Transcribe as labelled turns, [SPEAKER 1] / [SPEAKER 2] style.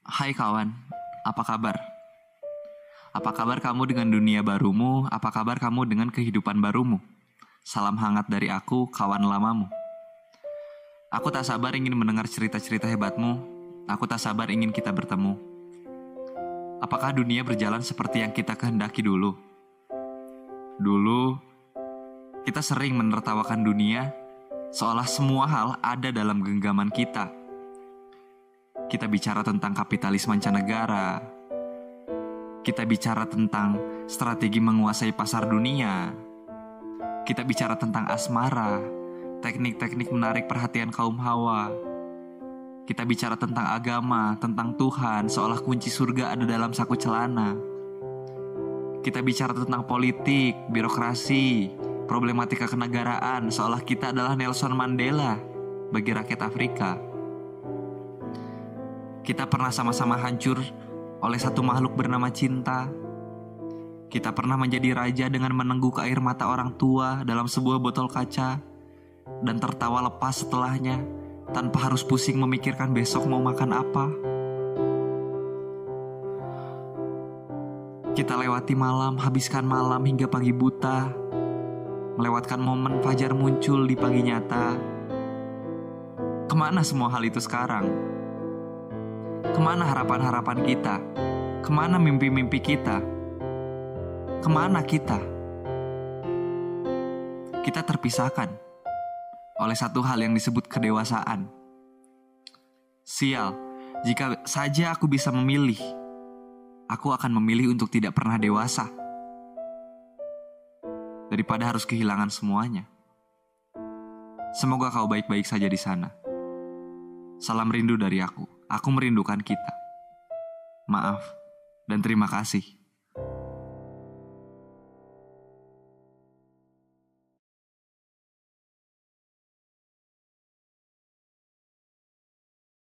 [SPEAKER 1] Hai kawan, apa kabar? Apa kabar kamu dengan dunia barumu? Apa kabar kamu dengan kehidupan barumu? Salam hangat dari aku, kawan lamamu. Aku tak sabar ingin mendengar cerita-cerita hebatmu. Aku tak sabar ingin kita bertemu. Apakah dunia berjalan seperti yang kita kehendaki dulu? Dulu, kita sering menertawakan dunia, seolah semua hal ada dalam genggaman kita. Kita bicara tentang kapitalis mancanegara. Kita bicara tentang strategi menguasai pasar dunia. Kita bicara tentang asmara, teknik-teknik menarik perhatian kaum hawa. Kita bicara tentang agama, tentang Tuhan, seolah kunci surga ada dalam saku celana. Kita bicara tentang politik, birokrasi, problematika kenegaraan, seolah kita adalah Nelson Mandela bagi rakyat Afrika. Kita pernah sama-sama hancur oleh satu makhluk bernama cinta. Kita pernah menjadi raja dengan menengguk air mata orang tua dalam sebuah botol kaca dan tertawa lepas setelahnya tanpa harus pusing memikirkan besok mau makan apa. Kita lewati malam, habiskan malam hingga pagi buta, melewatkan momen fajar muncul di pagi nyata. Kemana semua hal itu sekarang? Kemana harapan-harapan kita? Kemana mimpi-mimpi kita? Kemana kita? Kita terpisahkan oleh satu hal yang disebut kedewasaan. Sial, jika saja aku bisa memilih, aku akan memilih untuk tidak pernah dewasa daripada harus kehilangan semuanya. Semoga kau baik-baik saja di sana. Salam rindu dari aku. Aku merindukan kita. Maaf dan terima kasih.